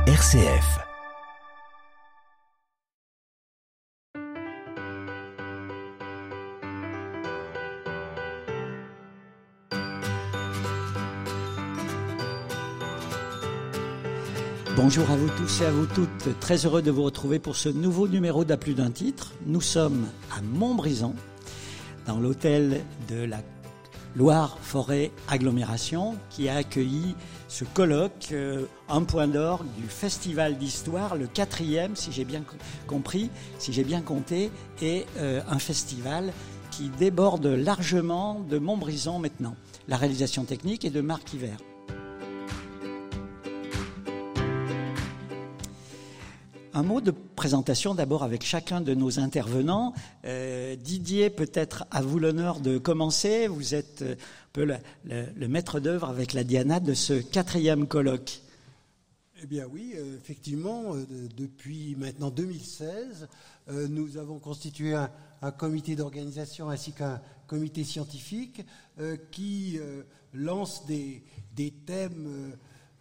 RCF. Bonjour à vous tous et à vous toutes, très heureux de vous retrouver pour ce nouveau numéro d'À plus d'un titre. Nous sommes à Montbrison, dans l'hôtel de la Loire-Forêt Agglomération, qui a accueilli ce colloque, un point d'orgue du Festival d'Histoire, le 4e, si j'ai bien compris, si j'ai bien compté, et un festival qui déborde largement de Montbrison maintenant. La réalisation technique est de Marc Hiver. Un mot de présentation d'abord avec chacun de nos intervenants. Didier, peut-être à vous l'honneur de commencer. Vous êtes un peu le maître d'œuvre avec la Diana de ce 4e colloque. Eh bien oui, effectivement, depuis maintenant 2016, nous avons constitué un comité d'organisation ainsi qu'un comité scientifique qui lance des thèmes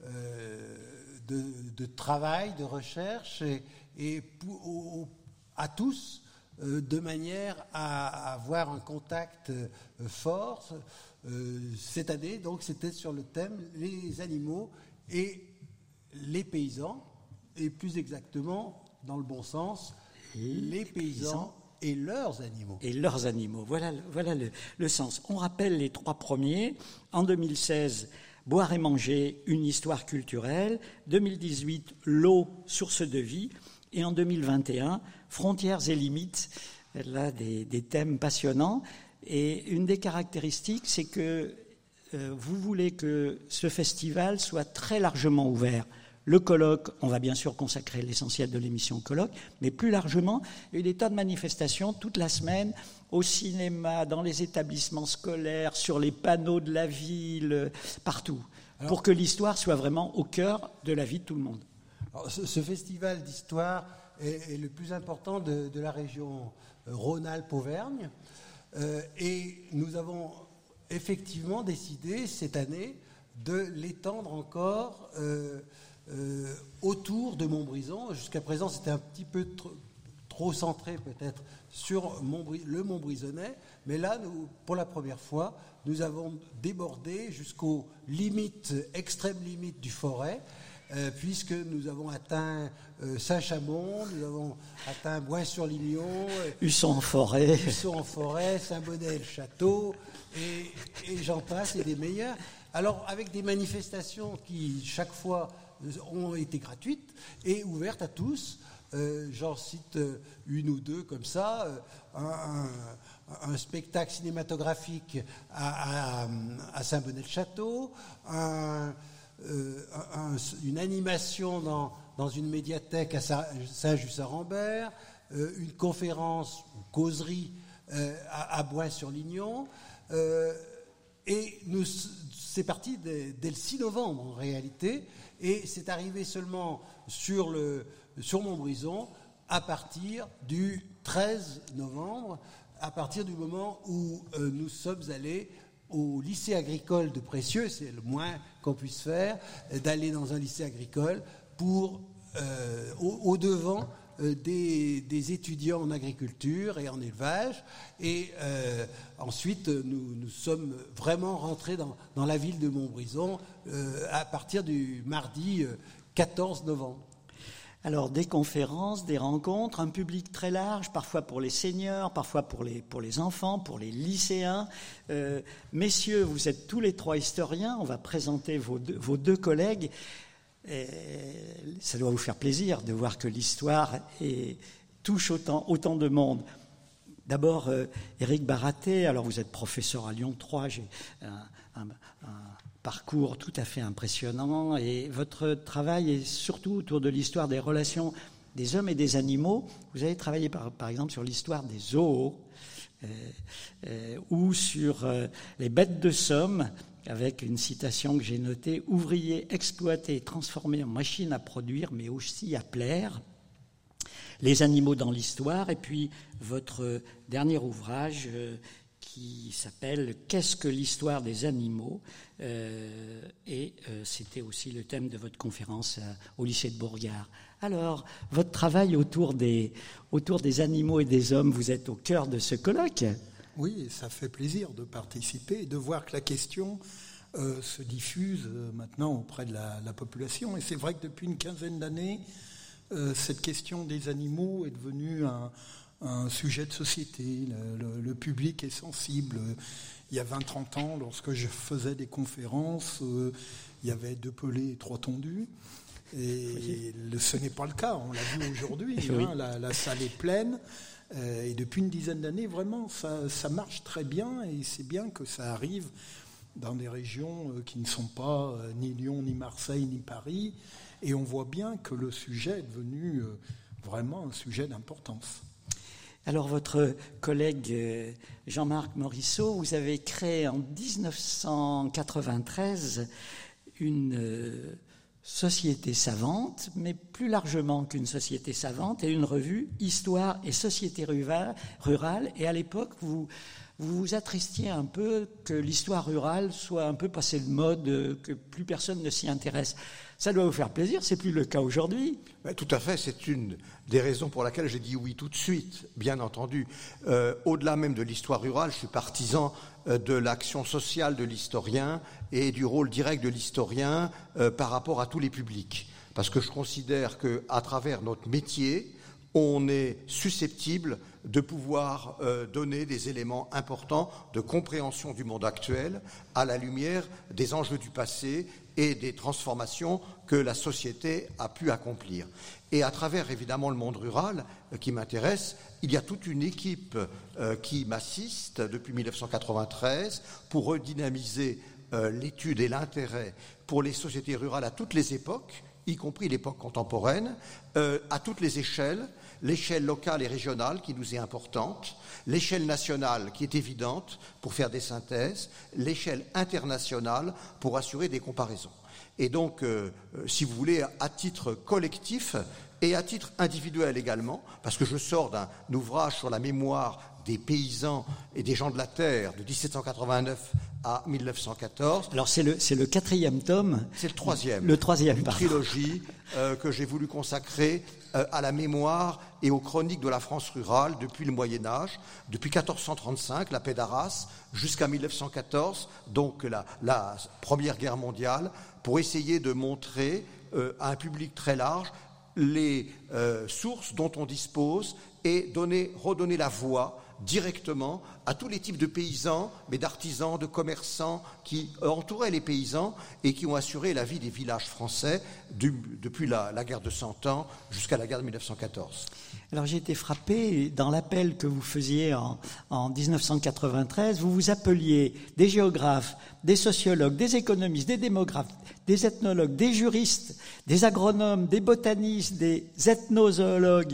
de travail, de recherche et à tous de manière à avoir un contact fort. Cette année, donc, c'était sur le thème les animaux et les paysans, et plus exactement, dans le bon sens, les paysans et leurs animaux. Et leurs animaux, voilà le sens. On rappelle les 3 premiers. En 2016, Boire et manger, une histoire culturelle. 2018, l'eau, source de vie. Et en 2021, frontières et limites. Là, des thèmes passionnants. Et une des caractéristiques, c'est que vous voulez que ce festival soit très largement ouvert. Le colloque, on va bien sûr consacrer l'essentiel de l'émission colloque, mais plus largement, il y a eu des tas de manifestations toute la semaine, au cinéma, dans les établissements scolaires, sur les panneaux de la ville, partout, pour que l'histoire soit vraiment au cœur de la vie de tout le monde. Alors, ce festival d'histoire est le plus important de la région Rhône-Alpes-Auvergne, et nous avons effectivement décidé cette année de l'étendre encore autour de Montbrison. Jusqu'à présent, c'était un petit peu trop centré peut-être sur le Montbrisonnais, mais là, pour la première fois, nous avons débordé jusqu'aux limites, extrêmes limites du Forêt, puisque nous avons atteint Saint-Chamond, nous avons atteint Bois-sur-Lignon, Husson-en-Forêt, Saint-Bonnet-le-Château, et j'en passe, et des meilleurs. Alors, avec des manifestations qui, chaque fois, ont été gratuites et ouvertes à tous. J'en cite une ou deux comme ça. Un spectacle cinématographique à Saint-Bonnet-le-Château, une animation dans une médiathèque à Saint-Just-Saint-Rambert, une conférence, une causerie à Bois-sur-Lignon. Et c'est parti dès le 6 novembre en réalité, et c'est arrivé seulement sur Montbrison à partir du 13 novembre, à partir du moment où nous sommes allés au lycée agricole de Précieux. C'est le moins qu'on puisse faire, d'aller dans un lycée agricole pour au-devant des étudiants en agriculture et en élevage, et ensuite nous sommes vraiment rentrés dans la ville de Montbrison à partir du mardi 14 novembre. Alors des conférences, des rencontres, un public très large, parfois pour les seniors, parfois pour les enfants, pour les lycéens. Messieurs, vous êtes tous les 3 historiens, on va présenter vos deux collègues. Et ça doit vous faire plaisir de voir que l'histoire touche autant de monde. D'abord, Éric Baraté, alors vous êtes professeur à Lyon 3, j'ai un parcours tout à fait impressionnant, et votre travail est surtout autour de l'histoire des relations des hommes et des animaux. Vous avez travaillé par exemple sur l'histoire des zoos, ou sur les bêtes de somme, avec une citation que j'ai notée: ouvriers exploités et transformés en machines à produire, mais aussi à plaire. Les animaux dans l'histoire, et puis votre dernier ouvrage qui s'appelle « Qu'est-ce que l'histoire des animaux ?» et c'était aussi le thème de votre conférence au lycée de Bourgard. Alors, votre travail autour des animaux et des hommes, vous êtes au cœur de ce colloque. Oui, ça fait plaisir de participer et de voir que la question se diffuse maintenant auprès de la population. Et c'est vrai que depuis une quinzaine d'années, cette question des animaux est devenue un sujet de société. Le public est sensible. Il y a 20-30 ans, lorsque je faisais des conférences, il y avait 2 pelés et 3 tondus. Et ce n'est pas le cas, on l'a vu aujourd'hui. Oui. La salle est pleine. Et depuis une dizaine d'années, vraiment, ça marche très bien. Et c'est bien que ça arrive dans des régions qui ne sont pas ni Lyon, ni Marseille, ni Paris. Et on voit bien que le sujet est devenu vraiment un sujet d'importance. Alors, votre collègue Jean-Marc Morisseau, vous avez créé en 1993 une société savante, mais plus largement qu'une société savante, et une revue Histoire et Société rurale. Et à l'époque, vous vous attristiez un peu que l'histoire rurale soit un peu passée de mode, que plus personne ne s'y intéresse. Ça doit vous faire plaisir, c'est plus le cas aujourd'hui. Tout à fait, c'est une des raisons pour laquelle j'ai dit oui tout de suite, bien entendu. Au-delà même de l'histoire rurale, je suis partisan de l'action sociale de l'historien et du rôle direct de l'historien par rapport à tous les publics. Parce que je considère qu'à travers notre métier, on est susceptible de pouvoir donner des éléments importants de compréhension du monde actuel à la lumière des enjeux du passé et des transformations que la société a pu accomplir. Et à travers, évidemment, le monde rural qui m'intéresse, il y a toute une équipe qui m'assiste depuis 1993 pour redynamiser l'étude et l'intérêt pour les sociétés rurales à toutes les époques, y compris l'époque contemporaine, à toutes les échelles, l'échelle locale et régionale qui nous est importante, l'échelle nationale qui est évidente pour faire des synthèses, l'échelle internationale pour assurer des comparaisons. Et donc, si vous voulez, à titre collectif et à titre individuel également, parce que je sors d'un ouvrage sur la mémoire des paysans et des gens de la terre de 1789 à 1914. Alors c'est le 4e tome. C'est le 3e. Le 3e, une trilogie que j'ai voulu consacrer à la mémoire et aux chroniques de la France rurale depuis le Moyen-Âge, depuis 1435, la paix d'Arras, jusqu'à 1914, donc la Première Guerre mondiale, pour essayer de montrer à un public très large les sources dont on dispose et redonner la voix directement à tous les types de paysans, mais d'artisans, de commerçants qui entouraient les paysans et qui ont assuré la vie des villages français depuis la guerre de 100 ans jusqu'à la guerre de 1914. Alors j'ai été frappé, dans l'appel que vous faisiez en 1993, vous vous appeliez des géographes, des sociologues, des économistes, des démographes, des ethnologues, des juristes, des agronomes, des botanistes, des ethnozoologues,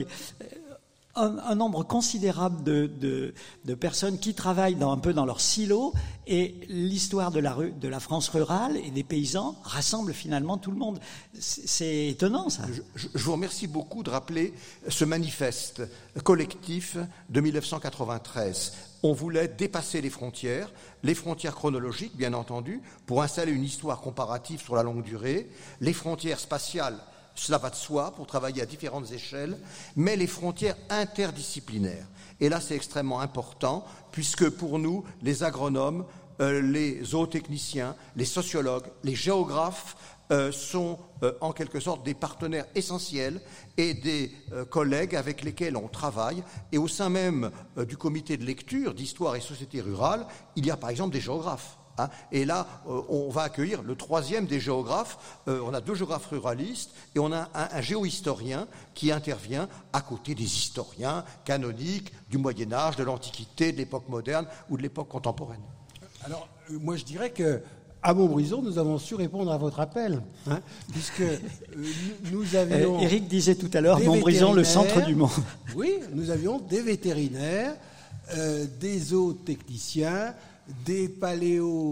un nombre considérable de personnes qui travaillent un peu dans leur silo, et l'histoire de la France rurale et des paysans rassemble finalement tout le monde. C'est étonnant, ça. Je vous remercie beaucoup de rappeler ce manifeste collectif de 1993. On voulait dépasser les frontières chronologiques, bien entendu, pour installer une histoire comparative sur la longue durée, les frontières spatiales. Cela va de soi pour travailler à différentes échelles, mais les frontières interdisciplinaires. Et là, c'est extrêmement important, puisque pour nous, les agronomes, les zootechniciens, les sociologues, les géographes sont en quelque sorte des partenaires essentiels et des collègues avec lesquels on travaille. Et au sein même du comité de lecture d'histoire et société rurale, il y a par exemple des géographes. Et là, on va accueillir le 3e des géographes. On a 2 géographes ruralistes et on a un géohistorien qui intervient à côté des historiens canoniques du Moyen-Âge, de l'Antiquité, de l'époque moderne ou de l'époque contemporaine. Alors, moi je dirais qu'à Montbrison, nous avons su répondre à votre appel, puisque nous avions... Éric disait tout à l'heure, Montbrison, le centre du monde. Oui, nous avions des vétérinaires, des zootechniciens, des paléoanthropologues,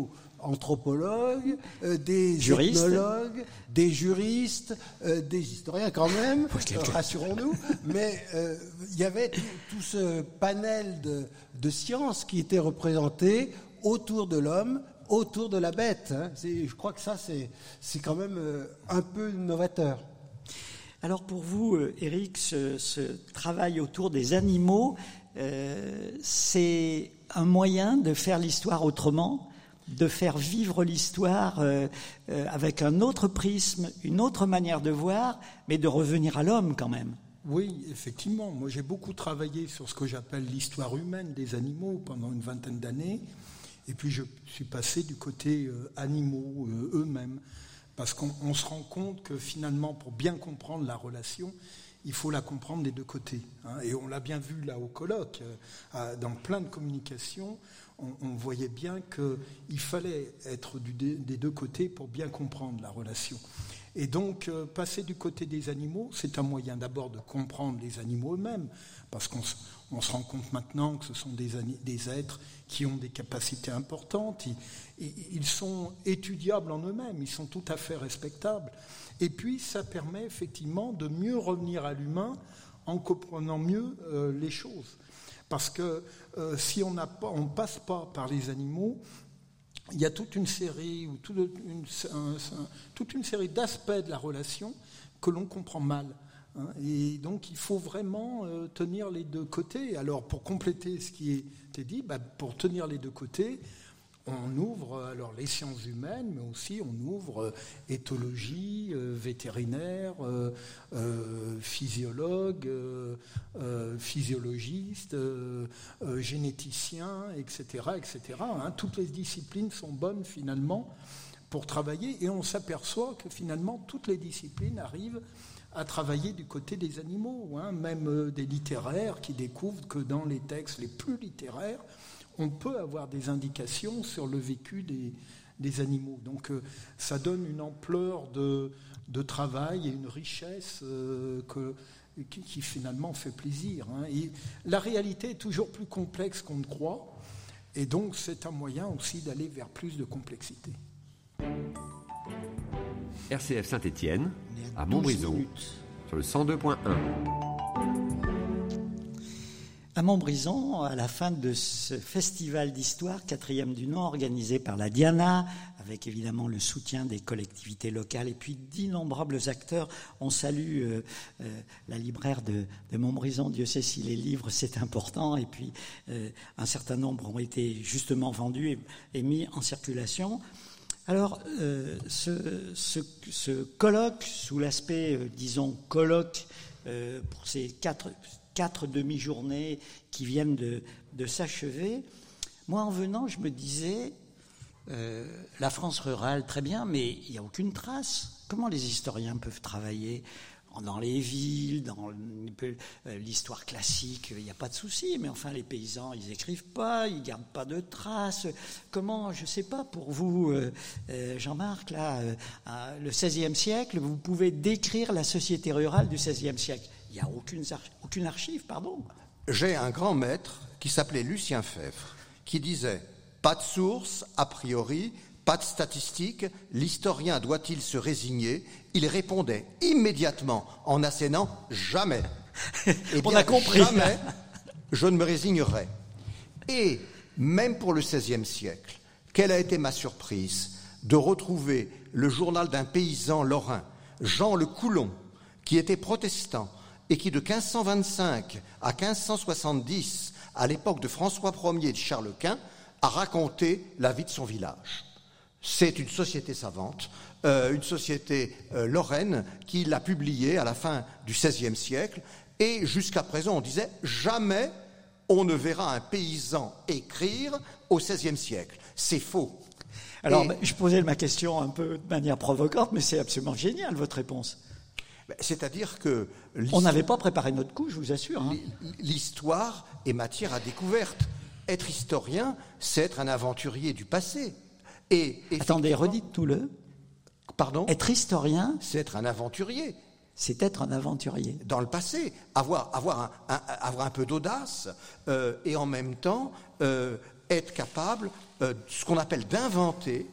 anthropologues, des Juristes. ethnologues, des juristes, des historiens quand même, rassurons-nous, mais il y avait tout ce panel de sciences qui était représenté autour de l'homme, autour de la bête. Hein. Je crois que ça, c'est quand même un peu novateur. Alors pour vous, Éric, ce travail autour des animaux, c'est un moyen de faire l'histoire autrement, de faire vivre l'histoire avec un autre prisme, une autre manière de voir, mais de revenir à l'homme quand même. Oui, effectivement. Moi, j'ai beaucoup travaillé sur ce que j'appelle l'histoire humaine des animaux pendant une vingtaine d'années. Et puis, je suis passé du côté animaux eux-mêmes. Parce qu'on se rend compte que finalement, pour bien comprendre la relation, il faut la comprendre des deux côtés. Hein. Et on l'a bien vu là au colloque, dans plein de communications, on voyait bien qu'il fallait être des deux côtés pour bien comprendre la relation. Et donc, passer du côté des animaux, c'est un moyen d'abord de comprendre les animaux eux-mêmes, parce qu'on se rend compte maintenant que ce sont des êtres qui ont des capacités importantes, ils sont étudiables en eux-mêmes, ils sont tout à fait respectables. Et puis, ça permet effectivement de mieux revenir à l'humain en comprenant mieux les choses. Parce que si on ne passe pas par les animaux, il y a toute une série d'aspects de la relation que l'on comprend mal. Hein, et donc il faut vraiment tenir les deux côtés. Alors pour compléter ce qui était dit, pour tenir les deux côtés, on ouvre alors les sciences humaines, mais aussi on ouvre éthologie, vétérinaire, physiologue, physiologiste, généticien, etc. Hein. Toutes les disciplines sont bonnes finalement pour travailler, et on s'aperçoit que finalement toutes les disciplines arrivent à travailler du côté des animaux, hein. Même des littéraires qui découvrent que dans les textes les plus littéraires, on peut avoir des indications sur le vécu des animaux. Donc ça donne une ampleur de travail et une richesse qui finalement fait plaisir. Hein. Et la réalité est toujours plus complexe qu'on ne croit, et donc c'est un moyen aussi d'aller vers plus de complexité. RCF Saint-Étienne, à Montbrison, sur le 102.1. À Montbrison, à la fin de ce festival d'histoire, 4e du nom, organisé par la Diana, avec évidemment le soutien des collectivités locales et puis d'innombrables acteurs. On salue la libraire de Montbrison, Dieu sait si les livres c'est important, et puis un certain nombre ont été justement vendus et mis en circulation. Alors, ce colloque, sous l'aspect, disons, colloque, pour ces quatre demi-journées qui viennent de s'achever, moi, en venant, je me disais, la France rurale, très bien, mais il n'y a aucune trace. Comment les historiens peuvent travailler dans les villes, dans l'histoire classique, il n'y a pas de souci, mais enfin les paysans, ils n'écrivent pas, ils ne gardent pas de traces. Comment, je ne sais pas, pour vous, Jean-Marc, là, le XVIe siècle, vous pouvez décrire la société rurale du XVIe siècle. Il n'y a aucune archive, pardon. J'ai un grand maître qui s'appelait Lucien Febvre, qui disait « Pas de source, a priori, pas de statistiques, l'historien doit-il se résigner ?» Il répondait immédiatement en assénant « Jamais ». Eh bien, on a compris. Jamais, je ne me résignerai. Et même pour le XVIe siècle, quelle a été ma surprise de retrouver le journal d'un paysan lorrain, Jean Le Coulon, qui était protestant et qui de 1525 à 1570, à l'époque de François Ier et de Charles Quint, a raconté la vie de son village. C'est une société savante, une société lorraine qui l'a publié à la fin du XVIe siècle, et jusqu'à présent on disait jamais on ne verra un paysan écrire au XVIe siècle. C'est faux. Alors je posais ma question un peu de manière provocante, mais c'est absolument génial votre réponse. C'est-à-dire que... On n'avait pas préparé notre coup, je vous assure. Hein. L'histoire est matière à découverte. Être historien, c'est être un aventurier du passé. Et attendez, redites tout le. Pardon ? Être historien, c'est être un aventurier. C'est être un aventurier. Dans le passé, avoir un peu d'audace et en même temps être capable, ce qu'on appelle d'inventer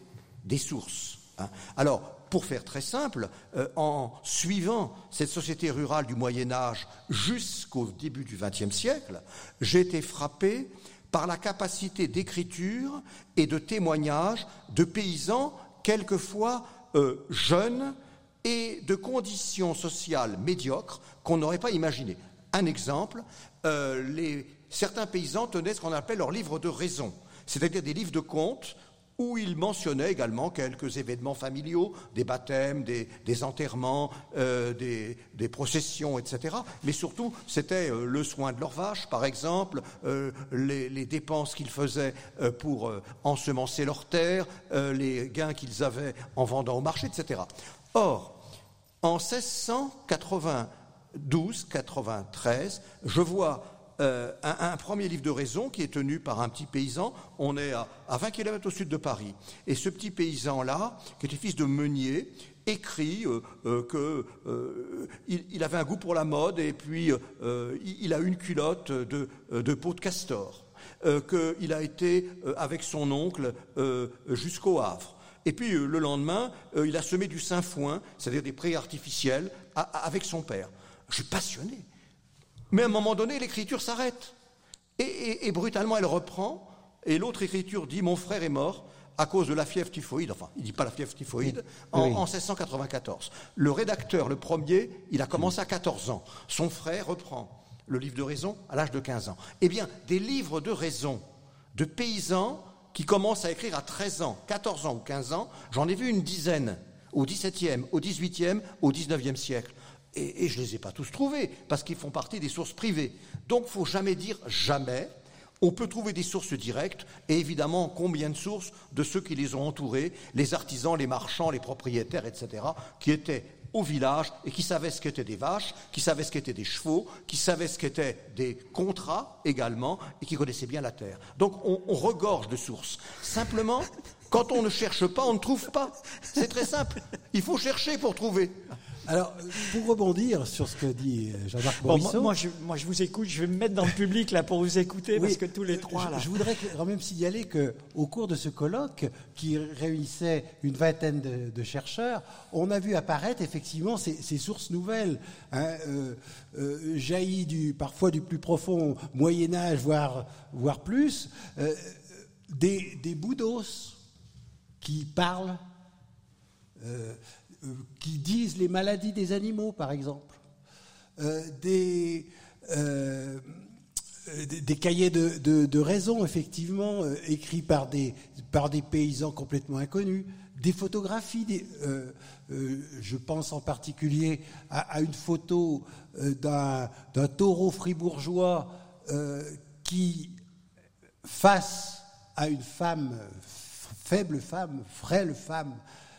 des sources. Alors, pour faire très simple, en suivant cette société rurale du Moyen-Âge jusqu'au début du XXe siècle, j'ai été frappé par la capacité d'écriture et de témoignage de paysans, quelquefois jeunes, et de conditions sociales médiocres qu'on n'aurait pas imaginées. Un exemple, certains paysans tenaient ce qu'on appelle leurs livres de raison, c'est-à-dire des livres de contes où ils mentionnaient également quelques événements familiaux, des baptêmes, des enterrements, des processions, etc. Mais surtout, c'était le soin de leurs vaches, par exemple, les dépenses qu'ils faisaient pour ensemencer leurs terres, les gains qu'ils avaient en vendant au marché, etc. Or, en 1692-93, je vois un premier livre de raison qui est tenu par un petit paysan. On est à 20 km au sud de Paris. Et ce petit paysan-là, qui était fils de meunier, écrit qu'il avait un goût pour la mode et puis il a une culotte de peau de castor, qu'il a été avec son oncle jusqu'au Havre. Et puis le lendemain, il a semé du sainfoin, c'est-à-dire des prés artificiels, avec son père. Je suis passionné. Mais à un moment donné, l'écriture s'arrête. Et brutalement, elle reprend. Et l'autre écriture dit « Mon frère est mort à cause de la fièvre typhoïde ». Enfin, il ne dit pas la fièvre typhoïde, en 1694. Le rédacteur, le premier, il a commencé à 14 ans. Son frère reprend le livre de raison à l'âge de 15 ans. Eh bien, des livres de raison de paysans qui commencent à écrire à 13 ans, 14 ans ou 15 ans, j'en ai vu une dizaine au XVIIe, au XVIIIe, au XIXe siècle. Et je ne les ai pas tous trouvés, parce qu'ils font partie des sources privées. Donc, il ne faut jamais dire jamais. On peut trouver des sources directes, et évidemment, combien de sources de ceux qui les ont entourés, les artisans, les marchands, les propriétaires, etc., qui étaient au village et qui savaient ce qu'étaient des vaches, qui savaient ce qu'étaient des chevaux, qui savaient ce qu'étaient des contrats également, et qui connaissaient bien la terre. Donc, on regorge de sources. Simplement, quand on ne cherche pas, on ne trouve pas. C'est très simple. Il faut chercher pour trouver. Alors, pour rebondir sur ce que dit Jean-Marc Morisseau... Moi, je vous écoute, je vais me mettre dans le public là pour vous écouter, parce que tous les trois... là. Je voudrais quand même signaler qu'au cours de ce colloque, qui réunissait une vingtaine de chercheurs, on a vu apparaître effectivement ces sources nouvelles, jaillies parfois du plus profond Moyen-Âge, voire plus, des bouts d'os qui parlent... qui disent les maladies des animaux, par exemple, des cahiers de raison, effectivement, écrits par des paysans complètement inconnus, des photographies, je pense en particulier à une photo d'un taureau fribourgeois qui, face à une femme, faible femme, frêle femme,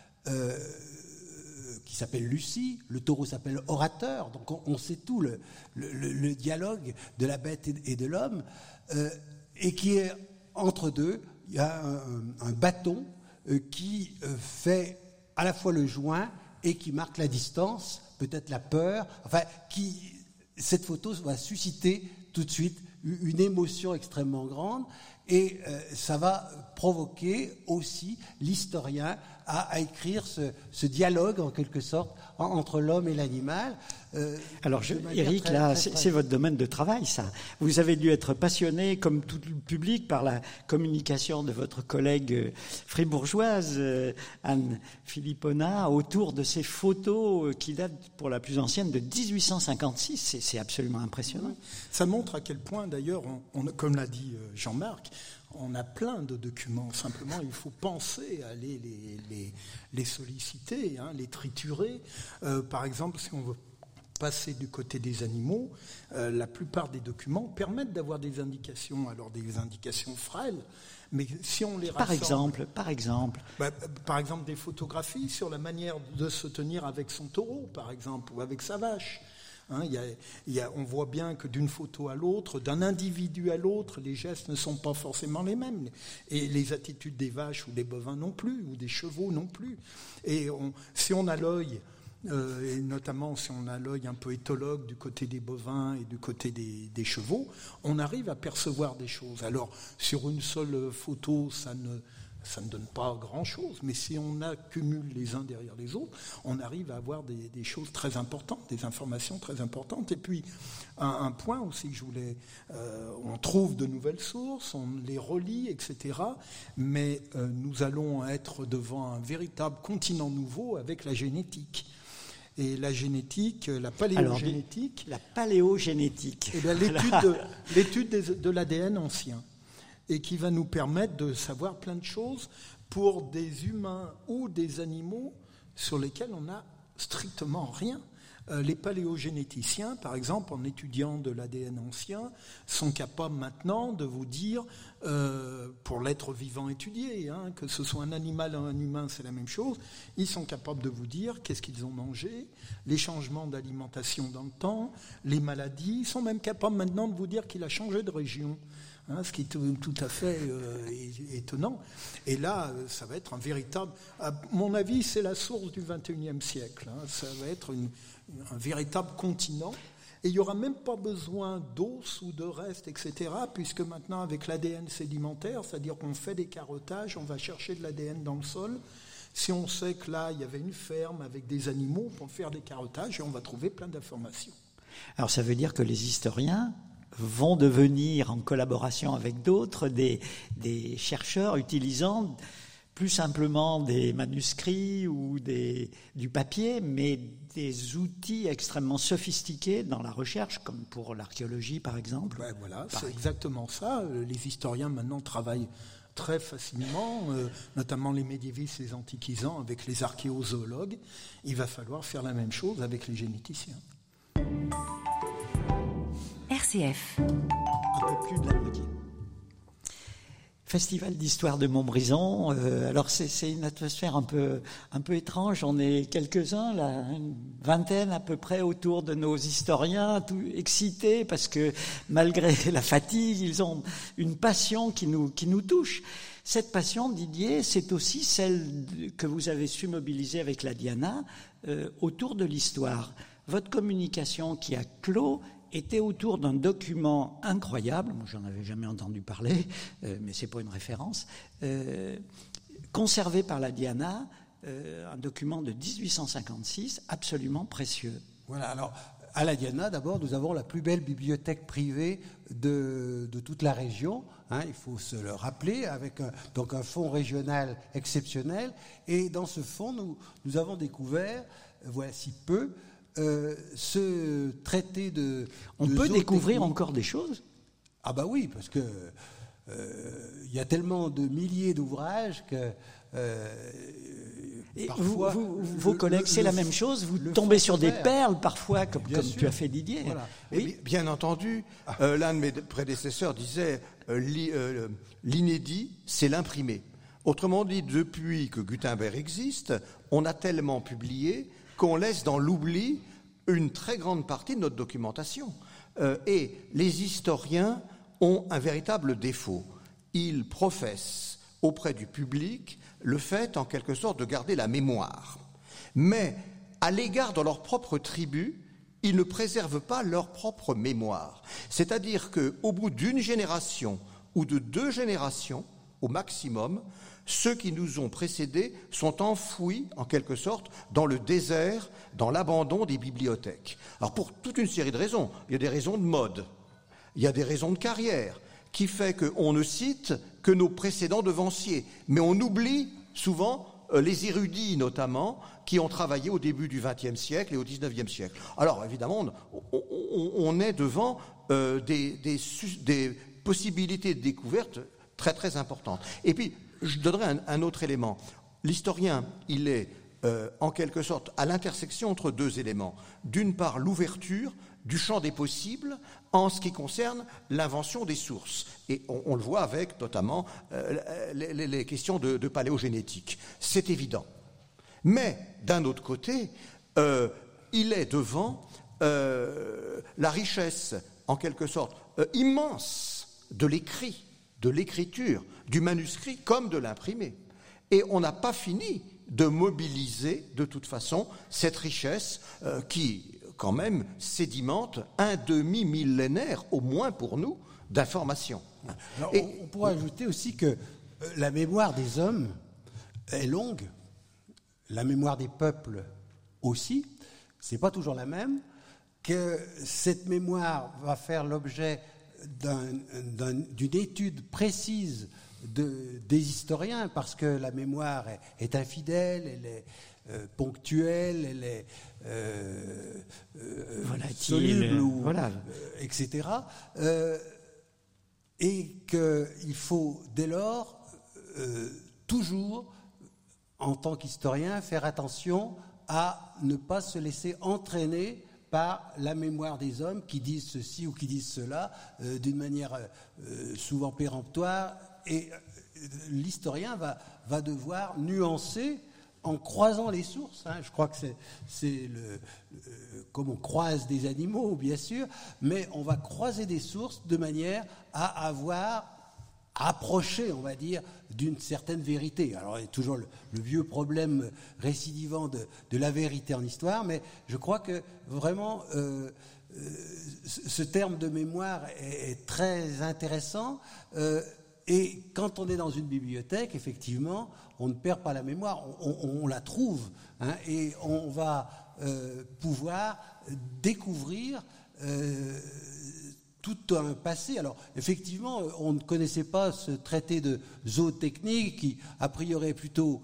qui s'appelle Lucie, le taureau s'appelle Orateur, donc on sait tout, le dialogue de la bête et de l'homme, et qui est entre deux, il y a un bâton qui fait à la fois le joint et qui marque la distance, peut-être la peur, enfin, cette photo va susciter tout de suite une émotion extrêmement grande, et ça va provoquer aussi l'historien à écrire ce dialogue, en quelque sorte, entre l'homme et l'animal. Alors, Éric, là, c'est votre domaine de travail, ça. Vous avez dû être passionné, comme tout le public, par la communication de votre collègue fribourgeoise, Anne Philippona, autour de ces photos qui datent, pour la plus ancienne, de 1856. C'est absolument impressionnant. Ça montre à quel point, d'ailleurs, comme l'a dit Jean-Marc, on a plein de documents. Simplement, il faut penser à les solliciter, les triturer. Par exemple, si on veut passer du côté des animaux, la plupart des documents permettent d'avoir des indications, alors des indications frêles, mais si on les rassemble... Par exemple par exemple, des photographies sur la manière de se tenir avec son taureau, par exemple, ou avec sa vache. On voit bien que d'une photo à l'autre, d'un individu à l'autre, les gestes ne sont pas forcément les mêmes. Et les attitudes des vaches ou des bovins non plus, ou des chevaux non plus. Et si on a l'œil, et notamment si on a l'œil un peu éthologue du côté des bovins et du côté des chevaux, on arrive à percevoir des choses. Alors, sur une seule photo, Ça ne donne pas grand-chose, mais si on accumule les uns derrière les autres, on arrive à avoir des choses très importantes, des informations très importantes. Et puis, un point aussi que je voulais... on trouve de nouvelles sources, on les relie, etc. Mais nous allons être devant un véritable continent nouveau avec la génétique. Et la génétique, la paléogénétique... La paléogénétique. Eh bien, l'étude de l'ADN ancien. Et qui va nous permettre de savoir plein de choses pour des humains ou des animaux sur lesquels on n'a strictement rien. Les paléogénéticiens, par exemple, en étudiant de l'ADN ancien, sont capables maintenant de vous dire, pour l'être vivant étudié, que ce soit un animal ou un humain, c'est la même chose, ils sont capables de vous dire qu'est-ce qu'ils ont mangé, les changements d'alimentation dans le temps, les maladies. Ils sont même capables maintenant de vous dire qu'il a changé de région. Ce qui est tout à fait étonnant. Et là, ça va être un véritable... À mon avis, c'est la source du XXIe siècle. Ça va être un véritable continent. Et il n'y aura même pas besoin d'os ou de restes, etc., puisque maintenant, avec l'ADN sédimentaire, c'est-à-dire qu'on fait des carottages, on va chercher de l'ADN dans le sol. Si on sait que là, il y avait une ferme avec des animaux, on peut faire des carottages et on va trouver plein d'informations. Alors, ça veut dire que les historiens vont devenir, en collaboration avec d'autres, des chercheurs utilisant plus simplement des manuscrits ou du papier, mais des outils extrêmement sophistiqués dans la recherche, comme pour l'archéologie par exemple. Ouais, voilà, c'est exactement ça. Les historiens maintenant travaillent très facilement, notamment les médiévistes, les antiquisants, avec les archéozoologues. Il va falloir faire la même chose avec les généticiens. RCF. Un peu plus de la moitié. Festival d'histoire de Montbrison. Alors c'est une atmosphère un peu étrange. On est quelques-uns là, une vingtaine à peu près autour de nos historiens, tout excités parce que malgré la fatigue, ils ont une passion qui nous touche. Cette passion, Didier, c'est aussi celle que vous avez su mobiliser avec la Diana autour de l'histoire. Votre communication qui a clos était autour d'un document incroyable, moi j'en avais jamais entendu parler, mais c'est pas une référence, conservé par la Diana, un document de 1856, absolument précieux. Voilà, alors à la Diana, d'abord, nous avons la plus belle bibliothèque privée de toute la région, il faut se le rappeler, avec un fonds régional exceptionnel, et dans ce fonds, nous avons découvert, voici peu, ce traité de... On peut découvrir encore des choses ? Ah bah oui, parce que y a tellement de milliers d'ouvrages que... parfois, vos collègues, c'est la même chose. Vous tombez sur des perles parfois, comme tu as fait, Didier. Voilà. Oui. Bien entendu, l'un de mes prédécesseurs disait l'inédit, c'est l'imprimé. Autrement dit, depuis que Gutenberg existe, on a tellement publié qu'on laisse dans l'oubli une très grande partie de notre documentation. Et les historiens ont un véritable défaut. Ils professent auprès du public le fait, en quelque sorte, de garder la mémoire. Mais, à l'égard de leur propre tribu, ils ne préservent pas leur propre mémoire. C'est-à-dire qu'au bout d'une génération ou de 2 générations, au maximum, ceux qui nous ont précédés sont enfouis, en quelque sorte, dans le désert, dans l'abandon des bibliothèques. Alors, pour toute une série de raisons. Il y a des raisons de mode, il y a des raisons de carrière, qui fait qu'on ne cite que nos précédents devanciers. Mais on oublie souvent les érudits, notamment, qui ont travaillé au début du XXe siècle et au XIXe siècle. Alors, évidemment, on est devant des possibilités de découverte très, très importantes. Et puis, je donnerai un autre élément. L'historien, il est en quelque sorte à l'intersection entre 2 éléments. D'une part, l'ouverture du champ des possibles en ce qui concerne l'invention des sources. Et on le voit avec notamment les questions de paléogénétique. C'est évident. Mais d'un autre côté, il est devant la richesse, en quelque sorte, immense de l'écrit, de l'écriture, du manuscrit comme de l'imprimé. Et on n'a pas fini de mobiliser, de toute façon, cette richesse qui, quand même, sédimente un demi-millénaire, au moins pour nous, d'informations. On pourrait ajouter aussi que La mémoire des hommes est longue, la mémoire des peuples aussi, c'est pas toujours la même, que cette mémoire va faire l'objet d'une étude précise des historiens, parce que la mémoire est infidèle, elle est ponctuelle, elle est soluble, etc. Et qu'il faut dès lors toujours, en tant qu'historien, faire attention à ne pas se laisser entraîner par la mémoire des hommes qui disent ceci ou qui disent cela d'une manière souvent péremptoire. Et l'historien va devoir nuancer en croisant les sources. Je crois que c'est comme on croise des animaux, bien sûr, mais on va croiser des sources de manière à approcher, on va dire, d'une certaine vérité. Alors, il y a toujours le vieux problème récidivant de la vérité en histoire, mais je crois que vraiment ce terme de mémoire est très intéressant. Et quand on est dans une bibliothèque, effectivement, on ne perd pas la mémoire, on la trouve, et on va pouvoir découvrir tout un passé. Alors, effectivement, on ne connaissait pas ce traité de zootechnie qui, a priori, est plutôt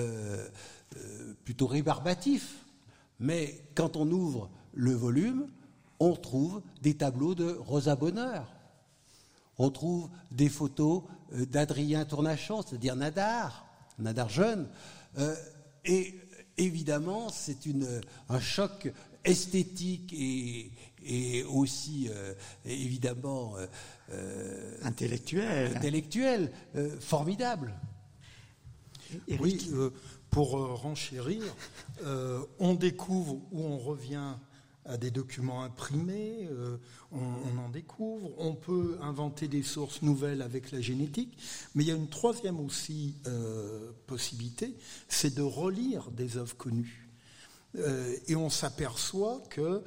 rébarbatif. Mais quand on ouvre le volume, on trouve des tableaux de Rosa Bonheur. On trouve des photos d'Adrien Tournachon, c'est-à-dire Nadar jeune. Et évidemment, c'est un choc esthétique et aussi, évidemment, intellectuel formidable. Éric. Oui, pour renchérir, on découvre ou on revient à des documents imprimés, on en découvre, on peut inventer des sources nouvelles avec la génétique, mais il y a une troisième aussi possibilité, c'est de relire des œuvres connues. Et on s'aperçoit que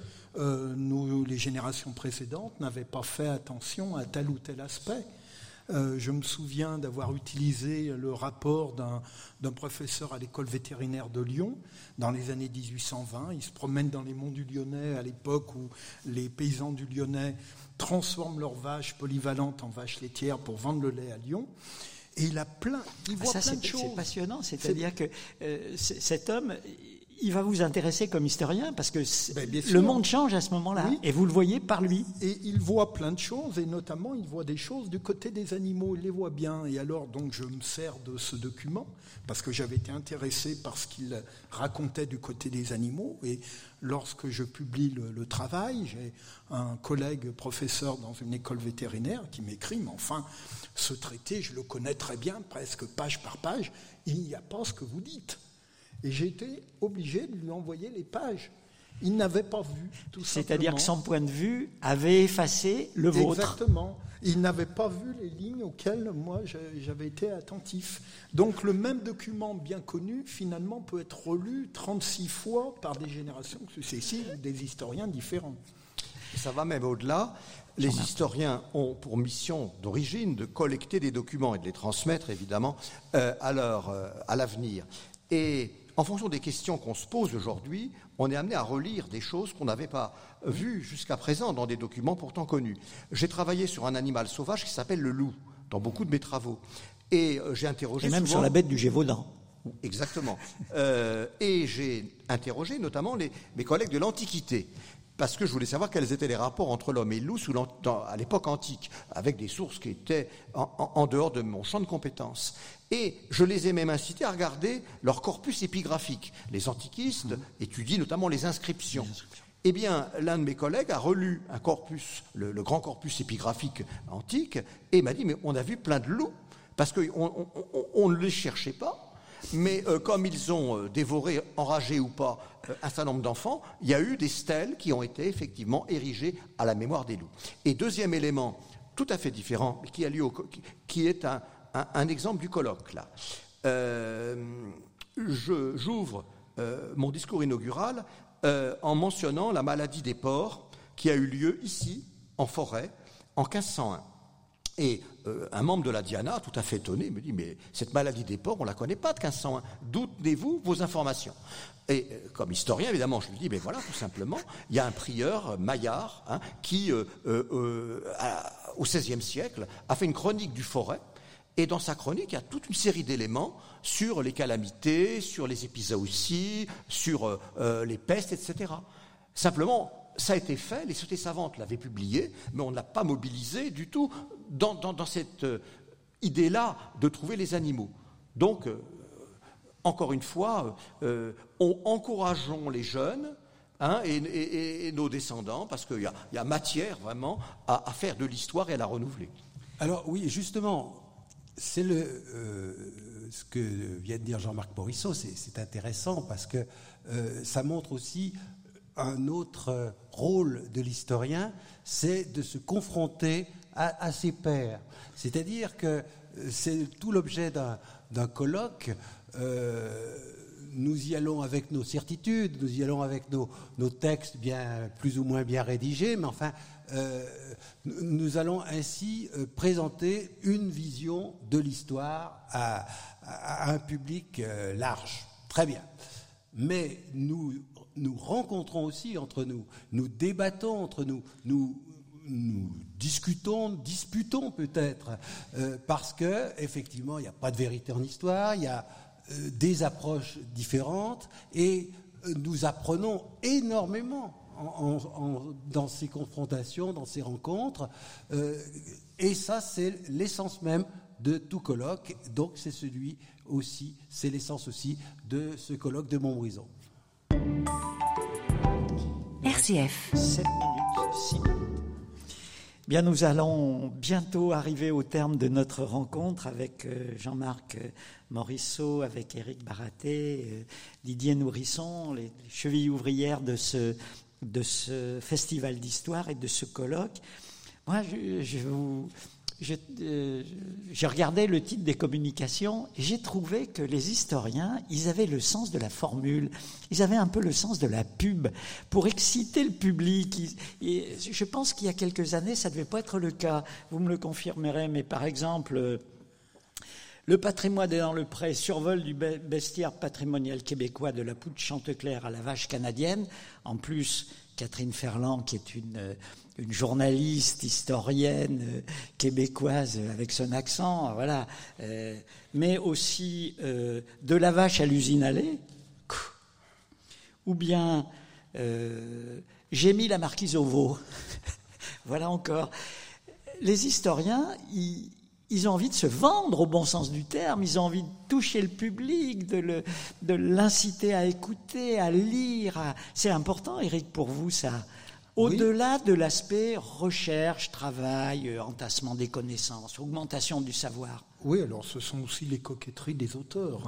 les générations précédentes n'avaient pas fait attention à tel ou tel aspect. Je me souviens d'avoir utilisé le rapport d'un professeur à l'école vétérinaire de Lyon dans les années 1820. Il se promène dans les monts du Lyonnais à l'époque où les paysans du Lyonnais transforment leurs vaches polyvalentes en vaches laitières pour vendre le lait à Lyon. Et il voit plein de choses. C'est passionnant, c'est-à-dire que cet homme, il va vous intéresser comme historien parce que le monde change à ce moment-là, oui. Et vous le voyez par lui. Et il voit plein de choses, et notamment il voit des choses du côté des animaux, il les voit bien. Et alors donc je me sers de ce document parce que j'avais été intéressé par ce qu'il racontait du côté des animaux. Et lorsque je publie le travail, j'ai un collègue professeur dans une école vétérinaire qui m'écrit, mais enfin, ce traité, je le connais très bien, presque page par page, il n'y a pas ce que vous dites. Et j'ai été obligé de lui envoyer les pages. Il n'avait pas vu, tout simplement. C'est-à-dire que son point de vue avait effacé le vôtre. Exactement. Il n'avait pas vu les lignes auxquelles moi j'avais été attentif. Donc le même document bien connu, finalement, peut être relu 36 fois par des générations successives, des historiens différents. Ça va même au-delà. Les historiens ont pour mission d'origine de collecter des documents et de les transmettre, évidemment, à l'avenir. Et en fonction des questions qu'on se pose aujourd'hui, on est amené à relire des choses qu'on n'avait pas vues jusqu'à présent dans des documents pourtant connus. J'ai travaillé sur un animal sauvage qui s'appelle le loup, dans beaucoup de mes travaux. Et j'ai interrogé... Et même souvent... sur la bête du Gévaudan. Exactement. Et j'ai interrogé notamment mes collègues de l'Antiquité, parce que je voulais savoir quels étaient les rapports entre l'homme et le loup à l'époque antique, avec des sources qui étaient en dehors de mon champ de compétences. Et je les ai même incités à regarder leur corpus épigraphique. Les antiquistes étudient notamment les inscriptions. Eh bien, l'un de mes collègues a relu un corpus, le grand corpus épigraphique antique, et m'a dit, mais on a vu plein de loups, parce qu'on ne les cherchait pas. Mais comme ils ont dévoré, enragé ou pas, un certain nombre d'enfants, il y a eu des stèles qui ont été effectivement érigées à la mémoire des loups. Et deuxième élément, tout à fait différent, qui est un exemple du colloque, là. J'ouvre mon discours inaugural en mentionnant la maladie des porcs qui a eu lieu ici, en forêt, en 1501. Et un membre de la Diana, tout à fait étonné, me dit « Mais cette maladie des porcs, on ne la connaît pas de 1501. D'où tenez-vous vos informations ?» Et comme historien, évidemment, je lui dis « Mais voilà, tout simplement, il y a un prieur, Maillard, qui, au XVIe siècle, a fait une chronique du Forêt. Et dans sa chronique, il y a toute une série d'éléments sur les calamités, sur les épizooties, sur les pestes, etc. Simplement, ça a été fait, les Sociétés savantes l'avaient publié, mais on ne l'a pas mobilisé du tout dans cette idée-là de trouver les animaux. Donc, encore une fois, encourageons les jeunes et nos descendants, parce qu'il y a matière vraiment à faire de l'histoire et à la renouveler. Alors oui, justement, c'est ce que vient de dire Jean-Marc Morisseau, c'est intéressant parce que ça montre aussi un autre rôle de l'historien, c'est de se confronter à ses pairs. C'est-à-dire que c'est tout l'objet d'un colloque. Nous y allons avec nos certitudes, nous y allons avec nos textes plus ou moins bien rédigés, mais enfin, nous allons ainsi présenter une vision de l'histoire à un public large. Très bien. Mais nous rencontrons aussi entre nous, nous débattons entre nous, nous disputons peut-être, parce que effectivement, il n'y a pas de vérité en histoire, il y a des approches différentes, et nous apprenons énormément dans ces confrontations, dans ces rencontres, et ça, c'est l'essence même de tout colloque. Donc, c'est l'essence aussi de ce colloque de Montbrison. RCF. 7 minutes, 6 minutes. Bien, nous allons bientôt arriver au terme de notre rencontre avec Jean-Marc Morisseau, avec Éric Baraté, Didier Nourisson, les chevilles ouvrières de ce festival d'histoire et de ce colloque. Moi, j'ai regardé le titre des communications et j'ai trouvé que les historiens, ils avaient le sens de la formule, ils avaient un peu le sens de la pub pour exciter le public. Et je pense qu'il y a quelques années, ça ne devait pas être le cas. Vous me le confirmerez, mais par exemple, le patrimoine est dans le pré, survol du bestiaire patrimonial québécois de la poutre Chanteclair à la vache canadienne. En plus, Catherine Ferland, qui est une journaliste, historienne québécoise avec son accent, voilà. Mais aussi de la vache à l'usine à lait, ou bien j'ai mis la marquise au veau. Voilà encore. Les historiens, ils ont envie de se vendre au bon sens du terme, ils ont envie de toucher le public, de l'inciter à écouter, à lire. C'est important, Éric, pour vous, ça. Au-delà de l'aspect recherche, travail, entassement des connaissances, augmentation du savoir. Oui, alors ce sont aussi les coquetteries des auteurs.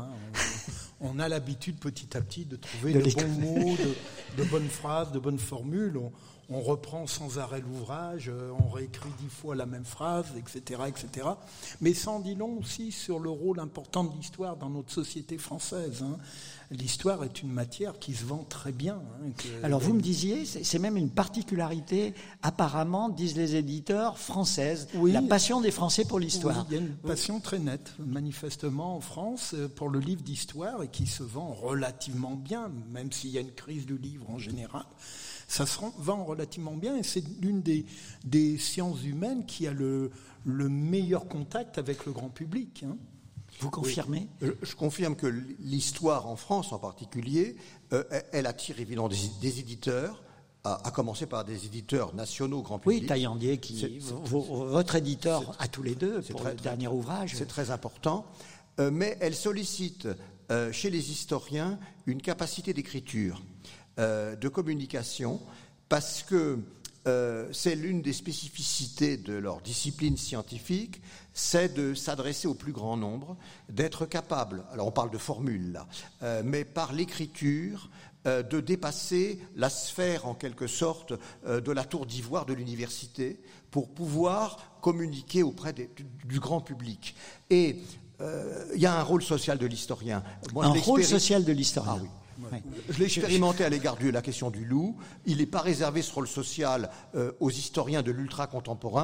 On a l'habitude petit à petit de trouver de bons mots, de bonnes phrases, de bonnes formules. On reprend sans arrêt l'ouvrage, on réécrit 10 fois la même phrase, etc., etc. Mais ça en dit long aussi sur le rôle important de l'histoire dans notre société française. L'histoire est une matière qui se vend très bien. Alors vous me disiez, c'est même une particularité, apparemment, disent les éditeurs, française, la passion des Français pour l'histoire. Oui, il y a une passion très nette, manifestement, en France, pour le livre d'histoire, et qui se vend relativement bien, même s'il y a une crise du livre en général. Ça se vend relativement bien, et c'est l'une des sciences humaines qui a le meilleur contact avec le grand public. Vous confirmez ? Oui. Je confirme que l'histoire en France en particulier, elle attire évidemment des éditeurs, à commencer par des éditeurs nationaux grand public. Oui, Taillandier, votre éditeur à tous les deux pour le dernier ouvrage. C'est très important, mais elle sollicite chez les historiens une capacité d'écriture, de communication, parce que c'est l'une des spécificités de leur discipline scientifique, c'est de s'adresser au plus grand nombre, d'être capable, alors on parle de formule là, mais par l'écriture, de dépasser la sphère en quelque sorte de la tour d'ivoire de l'université pour pouvoir communiquer auprès du grand public. Et il y a un rôle social de l'historien. Un rôle social de l'historien. Ah oui. Ouais. Je l'ai expérimenté à l'égard de la question du loup. Il n'est pas réservé ce rôle social aux historiens de l'ultra-contemporain.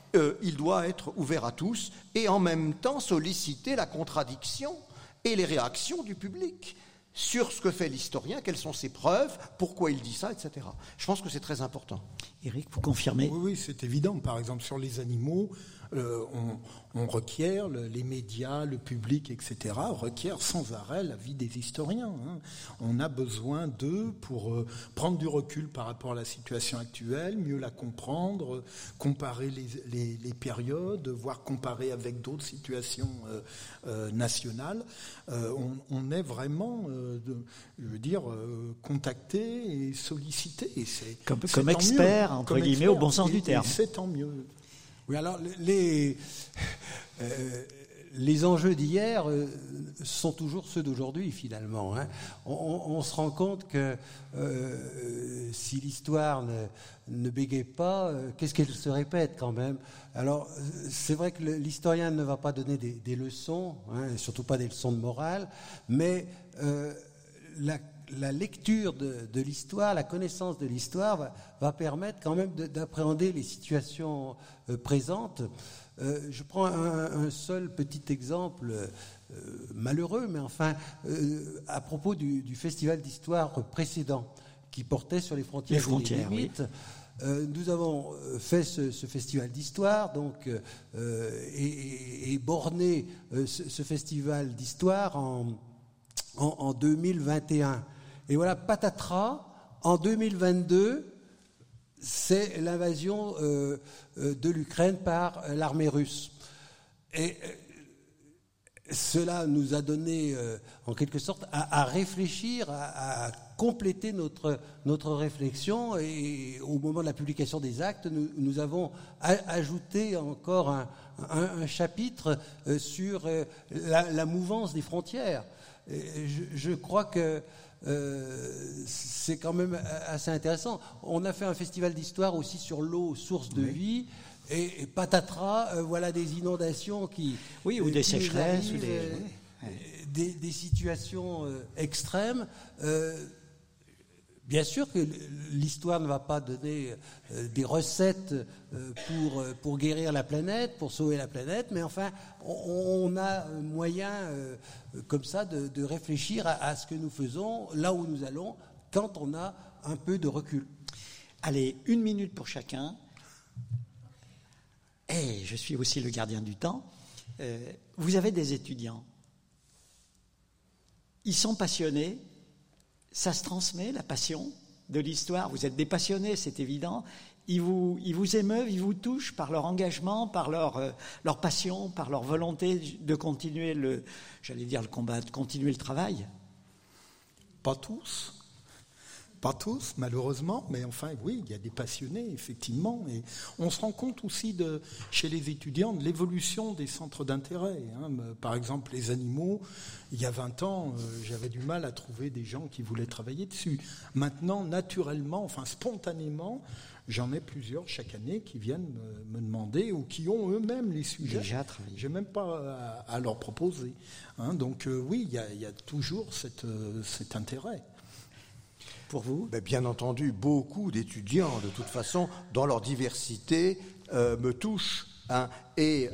il doit être ouvert à tous et en même temps solliciter la contradiction et les réactions du public sur ce que fait l'historien, quelles sont ses preuves, pourquoi il dit ça, etc. Je pense que c'est très important. Éric, vous confirmez ? Oui, c'est évident. Par exemple, sur les animaux, on requiert, les médias, le public, etc., requièrent sans arrêt l'avis des historiens. On a besoin d'eux pour prendre du recul par rapport à la situation actuelle, mieux la comprendre, comparer les périodes, voire comparer avec d'autres situations nationales. On est vraiment, contacté et sollicité. Et c'est comme expert, entre guillemets, au bon sens du terme. C'est tant mieux. Oui, alors les enjeux d'hier sont toujours ceux d'aujourd'hui, finalement. On se rend compte que si l'histoire ne bégaye pas, qu'est-ce qu'elle se répète quand même ? Alors, c'est vrai que l'historien ne va pas donner des leçons, et surtout pas des leçons de morale, mais la lecture de l'histoire, la connaissance de l'histoire va permettre quand même d'appréhender les situations présentes. Je prends un seul petit exemple malheureux, mais enfin, à propos du festival d'histoire précédent qui portait sur les frontières et les limites. Oui. Nous avons fait ce festival d'histoire, donc, et borné ce festival d'histoire en 2021. Et voilà, patatras, en 2022, c'est l'invasion de l'Ukraine par l'armée russe. Et cela nous a donné, en quelque sorte, à réfléchir, à compléter notre réflexion. Et au moment de la publication des actes, nous avons ajouté encore un chapitre sur la mouvance des frontières. Et je crois que c'est quand même assez intéressant. On a fait un festival d'histoire aussi sur l'eau, source de vie, et patatras, voilà des inondations ou des sécheresses, des situations extrêmes. Bien sûr que l'histoire ne va pas donner des recettes pour guérir la planète, pour sauver la planète, mais enfin, on a moyen comme ça de réfléchir à ce que nous faisons, là où nous allons, quand on a un peu de recul. Allez, 1 minute pour chacun. Et je suis aussi le gardien du temps. Vous avez des étudiants. Ils sont passionnés. Ça se transmet, la passion de l'histoire. Vous êtes des passionnés, c'est évident. Ils vous émeuvent, ils vous touchent par leur engagement, par leur passion, par leur volonté de continuer le combat, de continuer le travail. Pas tous. Pas tous, malheureusement, mais enfin, oui, il y a des passionnés, effectivement. Et on se rend compte aussi, chez les étudiants, de l'évolution des centres d'intérêt. Par exemple, les animaux, il y a 20 ans, j'avais du mal à trouver des gens qui voulaient travailler dessus. Maintenant, naturellement, enfin spontanément, j'en ai plusieurs chaque année qui viennent me demander ou qui ont eux-mêmes les sujets. Déjà travaillé. Je n'ai même pas à leur proposer. Donc oui, il y a toujours cet intérêt. Pour vous ? Bien entendu, beaucoup d'étudiants, de toute façon, dans leur diversité, me touchent. Et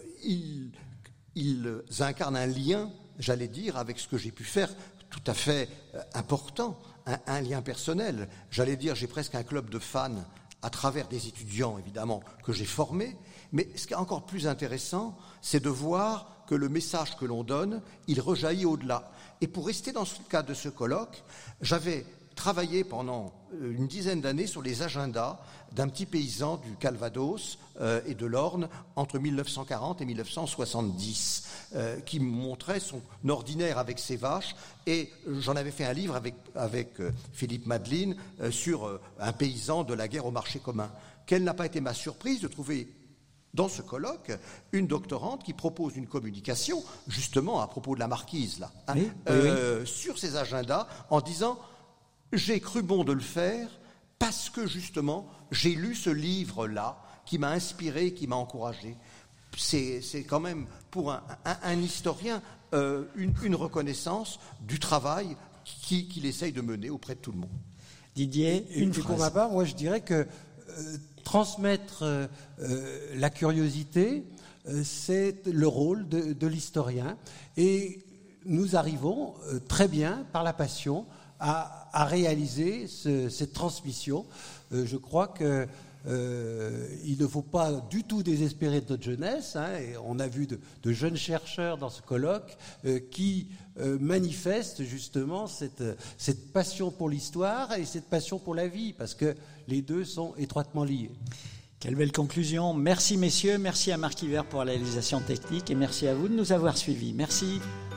ils incarnent un lien, j'allais dire, avec ce que j'ai pu faire, tout à fait important, un lien personnel. J'allais dire, j'ai presque un club de fans à travers des étudiants, évidemment, que j'ai formés. Mais ce qui est encore plus intéressant, c'est de voir que le message que l'on donne, il rejaillit au-delà. Et pour rester dans le cadre de ce colloque, j'avais travaillé pendant une dizaine d'années sur les agendas d'un petit paysan du Calvados et de l'Orne entre 1940 et 1970 qui me montrait son ordinaire avec ses vaches, et j'en avais fait un livre avec Philippe Madeline sur un paysan de la guerre au marché commun. Quelle n'a pas été ma surprise de trouver dans ce colloque une doctorante qui propose une communication justement à propos de la marquise là, sur ces agendas en disant: j'ai cru bon de le faire parce que, justement, j'ai lu ce livre-là qui m'a inspiré, qui m'a encouragé. C'est quand même, pour un historien, une reconnaissance du travail qu'il essaye de mener auprès de tout le monde. Didier, une phrase. Pour ma part, moi, je dirais que transmettre la curiosité, c'est le rôle de l'historien. Et nous arrivons très bien, par la passion, à réaliser cette transmission. Je crois que il ne faut pas du tout désespérer de notre jeunesse, et on a vu de jeunes chercheurs dans ce colloque qui manifestent justement cette passion pour l'histoire et cette passion pour la vie, parce que les deux sont étroitement liés. Quelle belle conclusion. Merci messieurs, merci à Marc Hiver pour la réalisation technique et merci à vous de nous avoir suivis. Merci.